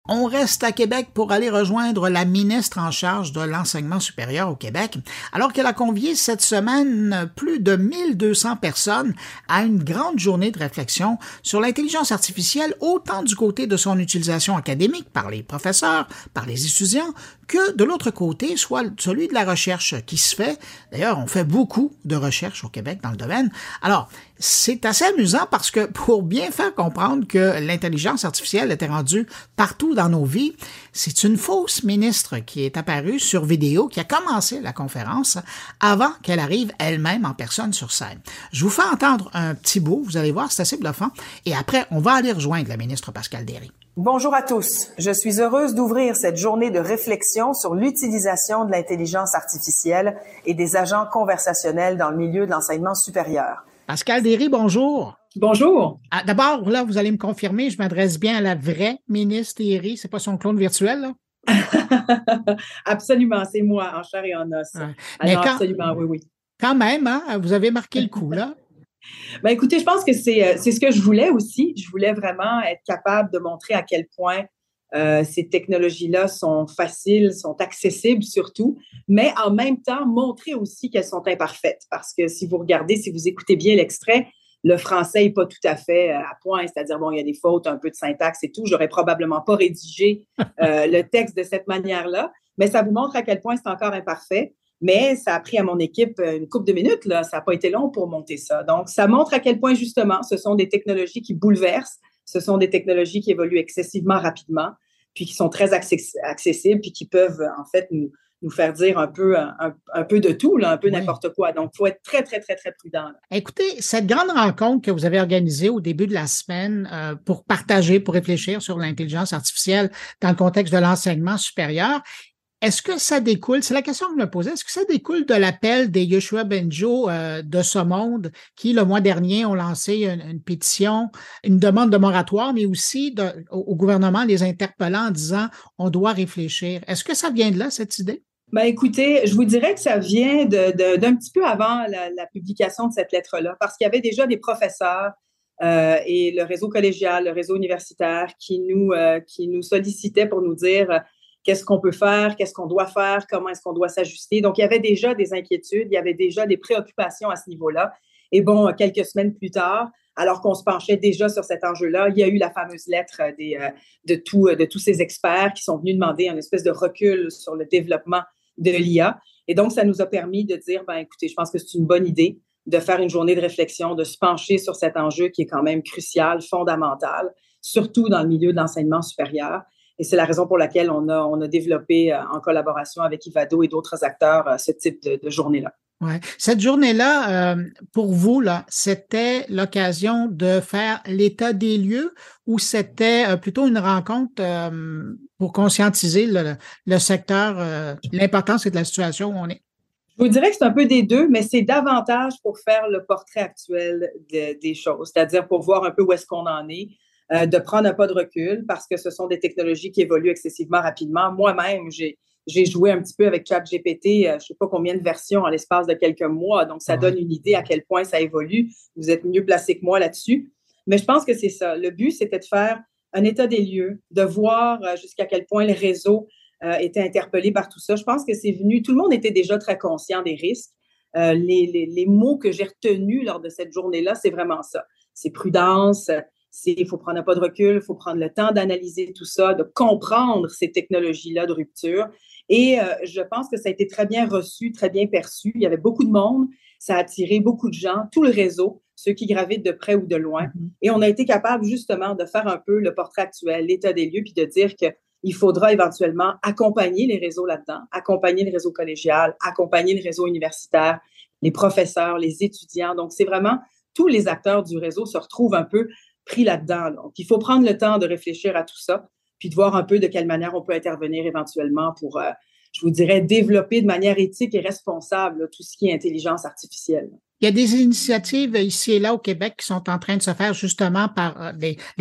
On reste à Québec pour aller rejoindre la ministre en charge de l'enseignement supérieur au Québec, alors qu'elle a convié cette semaine plus de 1200 personnes à une grande journée de réflexion sur l'intelligence artificielle, autant du côté de son utilisation académique par les professeurs, par les étudiants, que de l'autre côté, soit celui de la recherche qui se fait. D'ailleurs, on fait beaucoup de recherche au Québec dans le domaine. Alors, c'est assez amusant parce que pour bien faire comprendre que l'intelligence artificielle était rendue partout dans nos vies, c'est une fausse ministre qui est apparue sur vidéo, qui a commencé la conférence avant qu'elle arrive elle-même en personne sur scène. Je vous fais entendre un petit bout, vous allez voir, c'est assez bluffant, et après, on va aller rejoindre la ministre Pascale Derry. Bonjour à tous. Je suis heureuse d'ouvrir cette journée de réflexion sur l'utilisation de l'intelligence artificielle et des agents conversationnels dans le milieu de l'enseignement supérieur. Pascale Derry, bonjour. Bonjour. Ah, d'abord, là, vous allez me confirmer, je m'adresse bien à la vraie ministre Derry, c'est pas son clone virtuel, là? Absolument, c'est moi, en chair et en os. Ouais. Alors, absolument, oui. Quand même, hein, vous avez marqué le coup, là. Ben, écoutez, je pense que c'est ce que je voulais aussi. Je voulais vraiment être capable de montrer à quel point ces technologies-là sont faciles, sont accessibles surtout, mais en même temps, montrer aussi qu'elles sont imparfaites. Parce que si vous regardez, si vous écoutez bien l'extrait, le français n'est pas tout à fait à point, c'est-à-dire, bon, il y a des fautes, un peu de syntaxe et tout. J'aurais probablement pas rédigé le texte de cette manière-là, mais ça vous montre à quel point c'est encore imparfait. Mais ça a pris à mon équipe une couple de minutes, là. Ça n'a pas été long pour monter ça. Donc, ça montre à quel point, justement, ce sont des technologies qui bouleversent, ce sont des technologies qui évoluent excessivement rapidement, puis qui sont très accessibles, puis qui peuvent, en fait, nous faire dire un peu de tout, là, un peu n'importe quoi. Donc, il faut être très, très, très, très prudent, là. Écoutez, cette grande rencontre que vous avez organisée au début de la semaine pour partager, pour réfléchir sur l'intelligence artificielle dans le contexte de l'enseignement supérieur, est-ce que ça découle, c'est la question que je me posais, est-ce que ça découle de l'appel des Yoshua Bengio de ce monde qui, le mois dernier, ont lancé une pétition, une demande de moratoire, mais aussi au gouvernement les interpellant en disant on doit réfléchir. Est-ce que ça vient de là, cette idée? Ben, écoutez, je vous dirais que ça vient d'un petit peu avant la publication de cette lettre-là, parce qu'il y avait déjà des professeurs et le réseau collégial, le réseau universitaire qui nous sollicitaient pour nous dire qu'est-ce qu'on peut faire, qu'est-ce qu'on doit faire, comment est-ce qu'on doit s'ajuster. Donc, il y avait déjà des inquiétudes, il y avait déjà des préoccupations à ce niveau-là. Et bon, quelques semaines plus tard, alors qu'on se penchait déjà sur cet enjeu-là, il y a eu la fameuse lettre de tous ces experts qui sont venus demander un espèce de recul sur le développement de l'IA. Et donc, ça nous a permis de dire, ben écoutez, je pense que c'est une bonne idée de faire une journée de réflexion, de se pencher sur cet enjeu qui est quand même crucial, fondamental, surtout dans le milieu de l'enseignement supérieur. Et c'est la raison pour laquelle on a développé en collaboration avec Ivado et d'autres acteurs ce type de journée-là. Ouais. Cette journée-là, pour vous, là, c'était l'occasion de faire l'état des lieux ou c'était plutôt une rencontre pour conscientiser le secteur, l'importance de la situation où on est? Je vous dirais que c'est un peu des deux, mais c'est davantage pour faire le portrait actuel des choses, c'est-à-dire pour voir un peu où est-ce qu'on en est, de prendre un pas de recul parce que ce sont des technologies qui évoluent excessivement rapidement. Moi-même, j'ai joué un petit peu avec ChatGPT, je ne sais pas combien de versions en l'espace de quelques mois, donc ça donne une idée à quel point ça évolue. Vous êtes mieux placé que moi là-dessus. Mais je pense que c'est ça. Le but, c'était de faire un état des lieux, de voir jusqu'à quel point les réseaux étaient interpellés par tout ça. Je pense que c'est venu, tout le monde était déjà très conscient des risques. Les mots que j'ai retenus lors de cette journée-là, c'est vraiment ça. C'est prudence, il faut prendre un pas de recul, il faut prendre le temps d'analyser tout ça, de comprendre ces technologies-là de rupture. Et je pense que ça a été très bien reçu, très bien perçu. Il y avait beaucoup de monde, ça a attiré beaucoup de gens, tout le réseau, ceux qui gravitent de près ou de loin. Et on a été capable justement de faire un peu le portrait actuel, l'état des lieux, puis de dire qu'il faudra éventuellement accompagner les réseaux là-dedans, accompagner le réseau collégial, accompagner le réseau universitaire, les professeurs, les étudiants. Donc, c'est vraiment tous les acteurs du réseau se retrouvent un peu pris là-dedans. Donc, il faut prendre le temps de réfléchir à tout ça, puis de voir un peu de quelle manière on peut intervenir éventuellement pour, je vous dirais, développer de manière éthique et responsable tout ce qui est intelligence artificielle. Il y a des initiatives ici et là au Québec qui sont en train de se faire justement par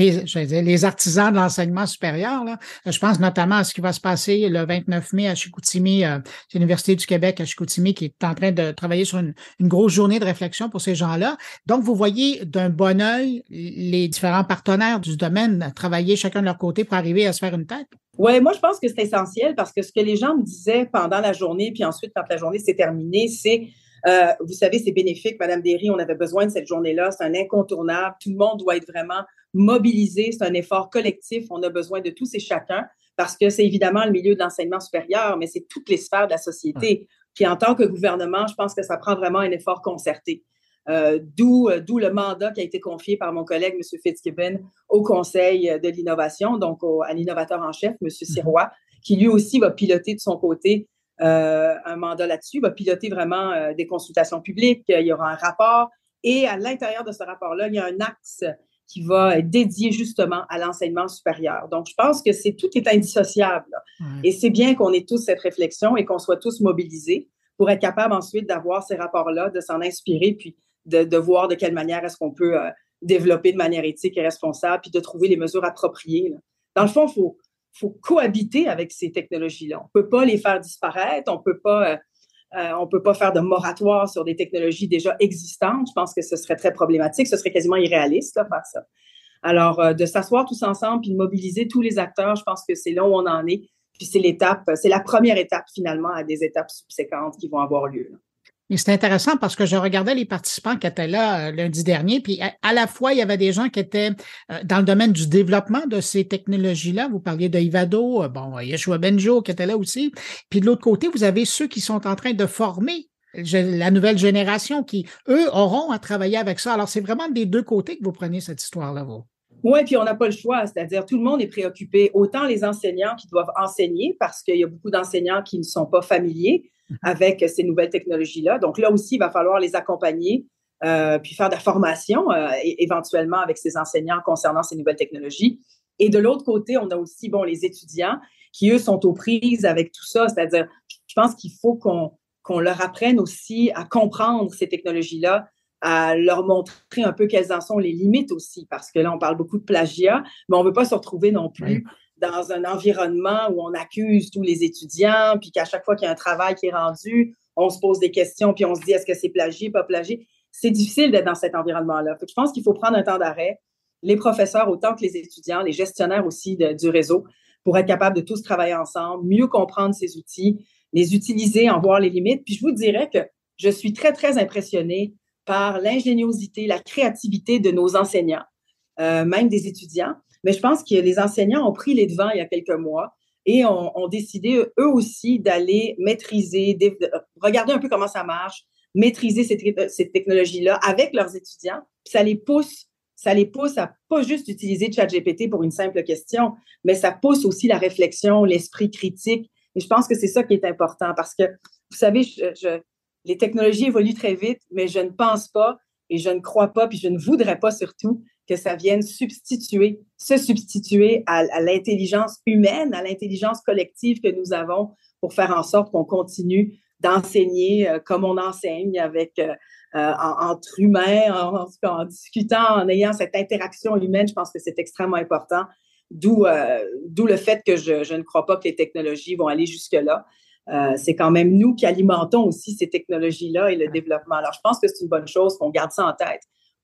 les artisans de l'enseignement supérieur, là. Je pense notamment à ce qui va se passer le 29 mai à Chicoutimi, c'est l'Université du Québec à Chicoutimi qui est en train de travailler sur une grosse journée de réflexion pour ces gens-là. Donc, vous voyez d'un bon œil les différents partenaires du domaine travailler chacun de leur côté pour arriver à se faire une tête. Oui, moi, je pense que c'est essentiel parce que ce que les gens me disaient pendant la journée, puis ensuite, quand la journée s'est terminée, c'est vous savez, c'est bénéfique, Madame Derry, on avait besoin de cette journée-là, c'est un incontournable, tout le monde doit être vraiment mobilisé, c'est un effort collectif, on a besoin de tous et chacun, parce que c'est évidemment le milieu de l'enseignement supérieur, mais c'est toutes les sphères de la société. Puis en tant que gouvernement, je pense que ça prend vraiment un effort concerté. D'où le mandat qui a été confié par mon collègue, M. Fitzgibbon, au Conseil de l'innovation, donc à l'innovateur en chef, M. Sirois, qui lui aussi va piloter de son côté un mandat là-dessus, va piloter vraiment des consultations publiques, il y aura un rapport, et à l'intérieur de ce rapport-là, il y a un axe qui va être dédié justement à l'enseignement supérieur. Donc, je pense que tout est indissociable. Et c'est bien qu'on ait tous cette réflexion et qu'on soit tous mobilisés pour être capable ensuite d'avoir ces rapports-là, de s'en inspirer, puis de voir de quelle manière est-ce qu'on peut développer de manière éthique et responsable, puis de trouver les mesures appropriées. Dans le fond, il faut cohabiter avec ces technologies-là. On ne peut pas les faire disparaître, on ne peut pas faire de moratoire sur des technologies déjà existantes. Je pense que ce serait très problématique, ce serait quasiment irréaliste de faire ça. Alors, de s'asseoir tous ensemble puis de mobiliser tous les acteurs, je pense que c'est là où on en est. Puis c'est la première étape finalement à des étapes subséquentes qui vont avoir lieu. Et c'est intéressant parce que je regardais les participants qui étaient là lundi dernier, puis à la fois, il y avait des gens qui étaient dans le domaine du développement de ces technologies-là. Vous parliez de Ivado, Yeshua Benjo qui était là aussi. Puis de l'autre côté, vous avez ceux qui sont en train de former la nouvelle génération qui, eux, auront à travailler avec ça. Alors, c'est vraiment des deux côtés que vous prenez cette histoire-là, vous. Oui, puis on n'a pas le choix, c'est-à-dire tout le monde est préoccupé, autant les enseignants qui doivent enseigner, parce qu'il y a beaucoup d'enseignants qui ne sont pas familiers avec ces nouvelles technologies-là. Donc là aussi, il va falloir les accompagner, puis faire de la formation éventuellement avec ces enseignants concernant ces nouvelles technologies. Et de l'autre côté, on a aussi les étudiants qui, eux, sont aux prises avec tout ça, c'est-à-dire je pense qu'il faut qu'on leur apprenne aussi à comprendre ces technologies-là, à leur montrer un peu quelles en sont les limites aussi, parce que là, on parle beaucoup de plagiat, mais on ne veut pas se retrouver non plus dans un environnement où on accuse tous les étudiants, puis qu'à chaque fois qu'il y a un travail qui est rendu, on se pose des questions, puis on se dit, est-ce que c'est plagié, pas plagié? C'est difficile d'être dans cet environnement-là. Je pense qu'il faut prendre un temps d'arrêt, les professeurs autant que les étudiants, les gestionnaires aussi du réseau, pour être capables de tous travailler ensemble, mieux comprendre ces outils, les utiliser, en voir les limites. Puis je vous dirais que je suis très, très impressionnée par l'ingéniosité, la créativité de nos enseignants, même des étudiants. Mais je pense que les enseignants ont pris les devants il y a quelques mois et ont décidé, eux aussi, d'aller maîtriser, regarder un peu comment ça marche, maîtriser ces technologies-là avec leurs étudiants. Puis ça les pousse à pas juste utiliser ChatGPT pour une simple question, mais ça pousse aussi la réflexion, l'esprit critique. Et je pense que c'est ça qui est important parce que, vous savez, les technologies évoluent très vite, mais je ne pense pas et je ne crois pas, puis je ne voudrais pas surtout que ça vienne se substituer à l'intelligence humaine, à l'intelligence collective que nous avons pour faire en sorte qu'on continue d'enseigner comme on enseigne avec entre humains, en discutant, en ayant cette interaction humaine. Je pense que c'est extrêmement important, d'où le fait que je ne crois pas que les technologies vont aller jusque-là. C'est quand même nous qui alimentons aussi ces technologies-là et le développement. Alors, je pense que c'est une bonne chose qu'on garde ça en tête,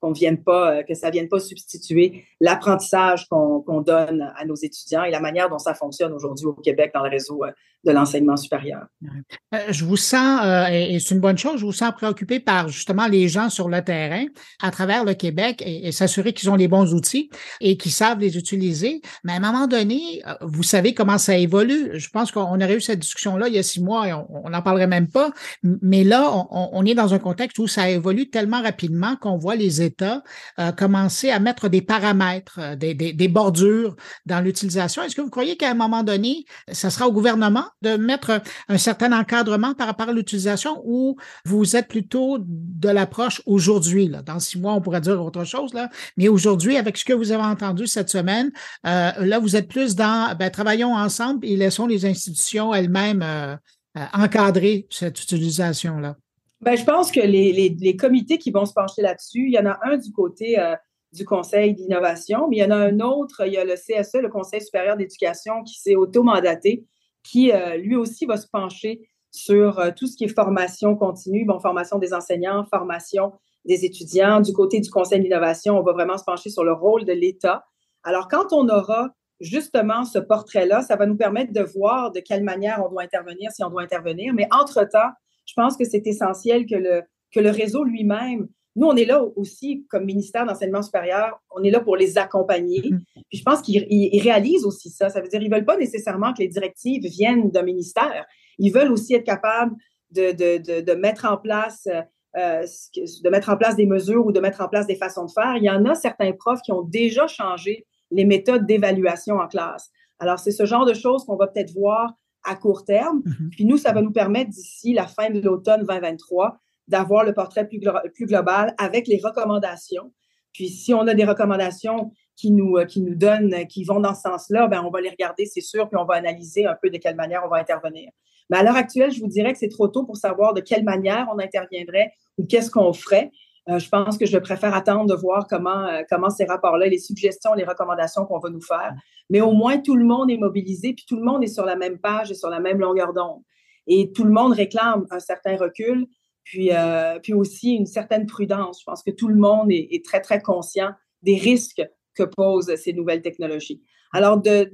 que ça ne vienne pas substituer l'apprentissage qu'on donne à nos étudiants et la manière dont ça fonctionne aujourd'hui au Québec dans le réseau de l'enseignement supérieur. Je vous sens, et c'est une bonne chose, je vous sens préoccupé par justement les gens sur le terrain à travers le Québec et s'assurer qu'ils ont les bons outils et qu'ils savent les utiliser. Mais à un moment donné, vous savez comment ça évolue. Je pense qu'on aurait eu cette discussion-là il y a 6 mois et on n'en parlerait même pas. Mais là, on est dans un contexte où ça évolue tellement rapidement qu'on voit les États commencer à mettre des paramètres, des bordures dans l'utilisation. Est-ce que vous croyez qu'à un moment donné, ça sera au gouvernement de mettre un certain encadrement par rapport à l'utilisation ou vous êtes plutôt de l'approche aujourd'hui, là? Dans 6 mois, on pourrait dire autre chose, là. Mais aujourd'hui, avec ce que vous avez entendu cette semaine, là, vous êtes plus dans, travaillons ensemble et laissons les institutions elles-mêmes encadrer cette utilisation-là. Ben, je pense que les comités qui vont se pencher là-dessus, il y en a un du côté du Conseil d'innovation, mais il y en a un autre, il y a le CSE, le Conseil supérieur d'éducation, qui s'est auto-mandaté, qui lui aussi va se pencher sur tout ce qui est formation continue, bon, formation des enseignants, formation des étudiants. Du côté du Conseil d'innovation, on va vraiment se pencher sur le rôle de l'État. Alors, quand on aura justement ce portrait-là, ça va nous permettre de voir de quelle manière on doit intervenir, si on doit intervenir. Mais entre-temps, je pense que c'est essentiel que le réseau lui-même, nous, on est là aussi, comme ministère d'enseignement supérieur, on est là pour les accompagner. Puis je pense qu'ils réalisent aussi ça. Ça veut dire qu'ils ne veulent pas nécessairement que les directives viennent d'un ministère. Ils veulent aussi être capables de mettre en place des mesures ou de mettre en place des façons de faire. Il y en a certains profs qui ont déjà changé les méthodes d'évaluation en classe. Alors, c'est ce genre de choses qu'on va peut-être voir à court terme. Puis nous, ça va nous permettre d'ici la fin de l'automne 2023 d'avoir le portrait plus global avec les recommandations. Puis si on a des recommandations qui nous donnent, qui vont dans ce sens-là, ben on va les regarder, c'est sûr, puis on va analyser un peu de quelle manière on va intervenir. Mais à l'heure actuelle, je vous dirais que c'est trop tôt pour savoir de quelle manière on interviendrait ou qu'est-ce qu'on ferait. Je pense que je préfère attendre de voir comment ces rapports-là, les suggestions, les recommandations qu'on va nous faire. Mais au moins, tout le monde est mobilisé, puis tout le monde est sur la même page et sur la même longueur d'onde. Et tout le monde réclame un certain recul, puis aussi une certaine prudence. Je pense que tout le monde est très, très conscient des risques que posent ces nouvelles technologies. Alors, de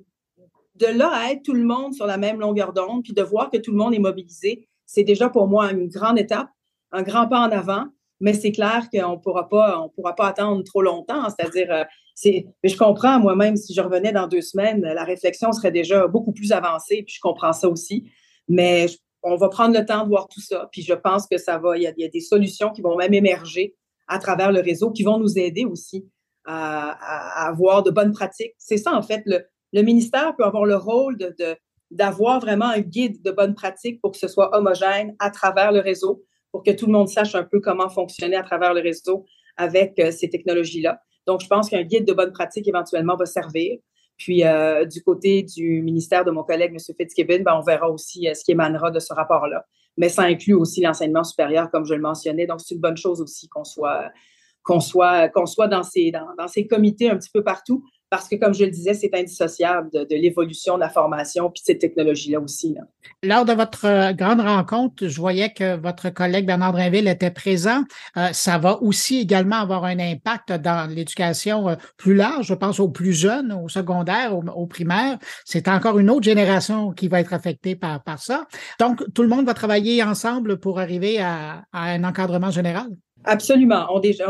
là à être tout le monde sur la même longueur d'onde, puis de voir que tout le monde est mobilisé, c'est déjà pour moi une grande étape, un grand pas en avant. Mais c'est clair qu'on pourra pas attendre trop longtemps. C'est-à-dire, mais je comprends moi-même, si je revenais dans 2 semaines, la réflexion serait déjà beaucoup plus avancée, puis je comprends ça aussi. Mais on va prendre le temps de voir tout ça. Puis je pense que il y a des solutions qui vont même émerger à travers le réseau qui vont nous aider aussi à avoir de bonnes pratiques. C'est ça, en fait, le ministère peut avoir le rôle d'avoir vraiment un guide de bonnes pratiques pour que ce soit homogène à travers le réseau, pour que tout le monde sache un peu comment fonctionner à travers le réseau avec ces technologies-là. Donc, je pense qu'un guide de bonnes pratiques éventuellement va servir. Puis, du côté du ministère de mon collègue, M. Fitzgibbon, ben, on verra aussi ce qui émanera de ce rapport-là. Mais ça inclut aussi l'enseignement supérieur, comme je le mentionnais. Donc, c'est une bonne chose aussi qu'on soit dans ces comités un petit peu partout, parce que, comme je le disais, c'est indissociable de l'évolution de la formation puis de ces technologies-là aussi. Là. Lors de votre grande rencontre, je voyais que votre collègue Bernard Drainville était présent. Ça va aussi également avoir un impact dans l'éducation plus large, je pense aux plus jeunes, au secondaire, au primaire. C'est encore une autre génération qui va être affectée par ça. Donc, tout le monde va travailler ensemble pour arriver à un encadrement général? Absolument.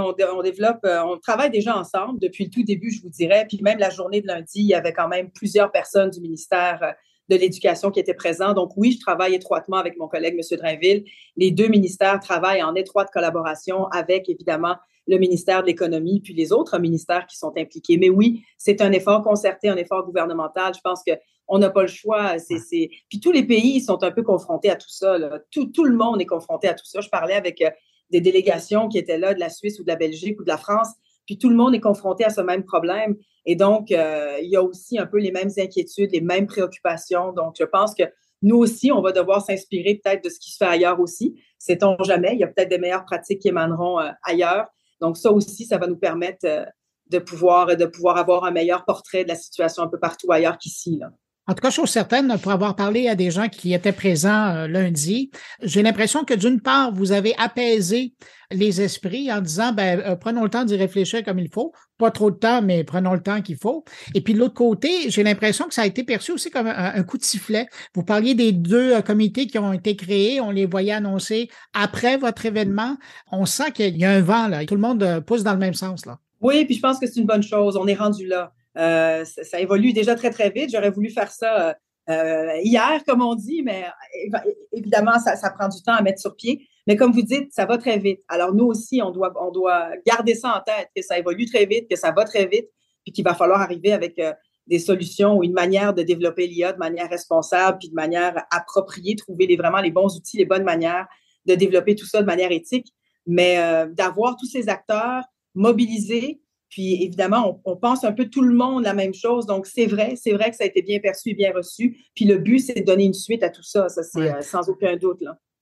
On travaille déjà ensemble depuis le tout début, je vous dirais. Puis même la journée de lundi, il y avait quand même plusieurs personnes du ministère de l'Éducation qui étaient présents. Donc oui, je travaille étroitement avec mon collègue, M. Drainville. Les 2 ministères travaillent en étroite collaboration avec, évidemment, le ministère de l'Économie puis les autres ministères qui sont impliqués. Mais oui, c'est un effort concerté, un effort gouvernemental. Je pense qu'on n'a pas le choix. Puis tous les pays sont un peu confrontés à tout ça. Là. Tout le monde est confronté à tout ça. Je parlais avec des délégations qui étaient là de la Suisse ou de la Belgique ou de la France, puis tout le monde est confronté à ce même problème. Et donc, il y a aussi un peu les mêmes inquiétudes, les mêmes préoccupations. Donc, je pense que nous aussi, on va devoir s'inspirer peut-être de ce qui se fait ailleurs aussi. Sait-on jamais, il y a peut-être des meilleures pratiques qui émaneront ailleurs. Donc, ça aussi, ça va nous permettre de pouvoir avoir un meilleur portrait de la situation un peu partout ailleurs qu'ici, là. En tout cas, chose certaine, pour avoir parlé à des gens qui étaient présents lundi, j'ai l'impression que d'une part, vous avez apaisé les esprits en disant, prenons le temps d'y réfléchir comme il faut. Pas trop de temps, mais prenons le temps qu'il faut. Et puis de l'autre côté, j'ai l'impression que ça a été perçu aussi comme un coup de sifflet. Vous parliez des 2 comités qui ont été créés, on les voyait annoncer après votre événement. On sent qu'il y a un vent, là. Tout le monde pousse dans le même sens, là. Oui, puis je pense que c'est une bonne chose. On est rendu là. Ça évolue déjà très, très vite. J'aurais voulu faire ça hier, comme on dit, mais évidemment, ça prend du temps à mettre sur pied. Mais comme vous dites, ça va très vite. Alors, nous aussi, on doit garder ça en tête, que ça évolue très vite, que ça va très vite, puis qu'il va falloir arriver avec des solutions ou une manière de développer l'IA de manière responsable, puis de manière appropriée, trouver vraiment les bons outils, les bonnes manières de développer tout ça de manière éthique. Mais d'avoir tous ces acteurs mobilisés. Puis, évidemment, on pense un peu tout le monde la même chose. Donc, c'est vrai que ça a été bien perçu et bien reçu. Puis, le but, c'est de donner une suite à tout ça. Ça, c'est sans aucun doute, là.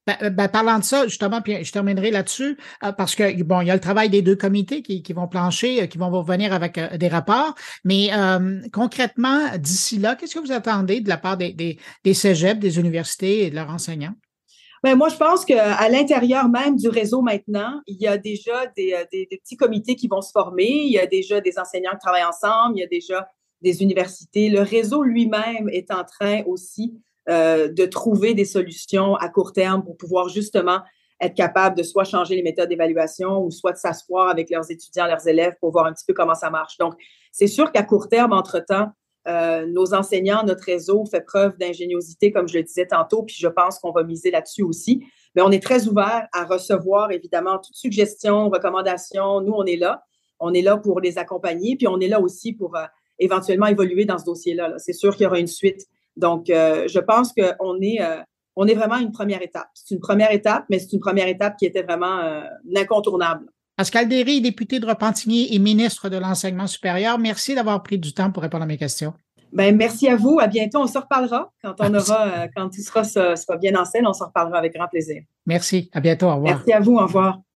Parlant de ça, justement, puis je terminerai là-dessus, parce que, bon, il y a le travail des deux comités qui vont plancher, qui vont revenir avec des rapports, mais concrètement, d'ici là, qu'est-ce que vous attendez de la part des cégeps, des universités et de leurs enseignants? Ben, moi, je pense qu'à l'intérieur même du réseau maintenant, il y a déjà des petits comités qui vont se former, il y a déjà des enseignants qui travaillent ensemble, il y a déjà des universités. Le réseau lui-même est en train aussi de trouver des solutions à court terme pour pouvoir justement être capable de soit changer les méthodes d'évaluation ou soit de s'asseoir avec leurs étudiants, leurs élèves pour voir un petit peu comment ça marche. Donc, c'est sûr qu'à court terme, entre-temps, nos enseignants, notre réseau fait preuve d'ingéniosité, comme je le disais tantôt, puis je pense qu'on va miser là-dessus aussi. Mais on est très ouvert à recevoir, évidemment, toute suggestion, recommandation. Nous, on est là. On est là pour les accompagner, puis on est là aussi pour éventuellement évoluer dans ce dossier-là. Là. C'est sûr qu'il y aura une suite. Donc, je pense qu'on est vraiment une première étape. C'est une première étape, mais c'est une première étape qui était vraiment incontournable. Pascal Derry, député de Repentigny et ministre de l'Enseignement supérieur, merci d'avoir pris du temps pour répondre à mes questions. Ben, merci à vous. À bientôt. On se reparlera quand quand tout sera bien en scène. On se reparlera avec grand plaisir. Merci. À bientôt. Au revoir. Merci à vous. Au revoir.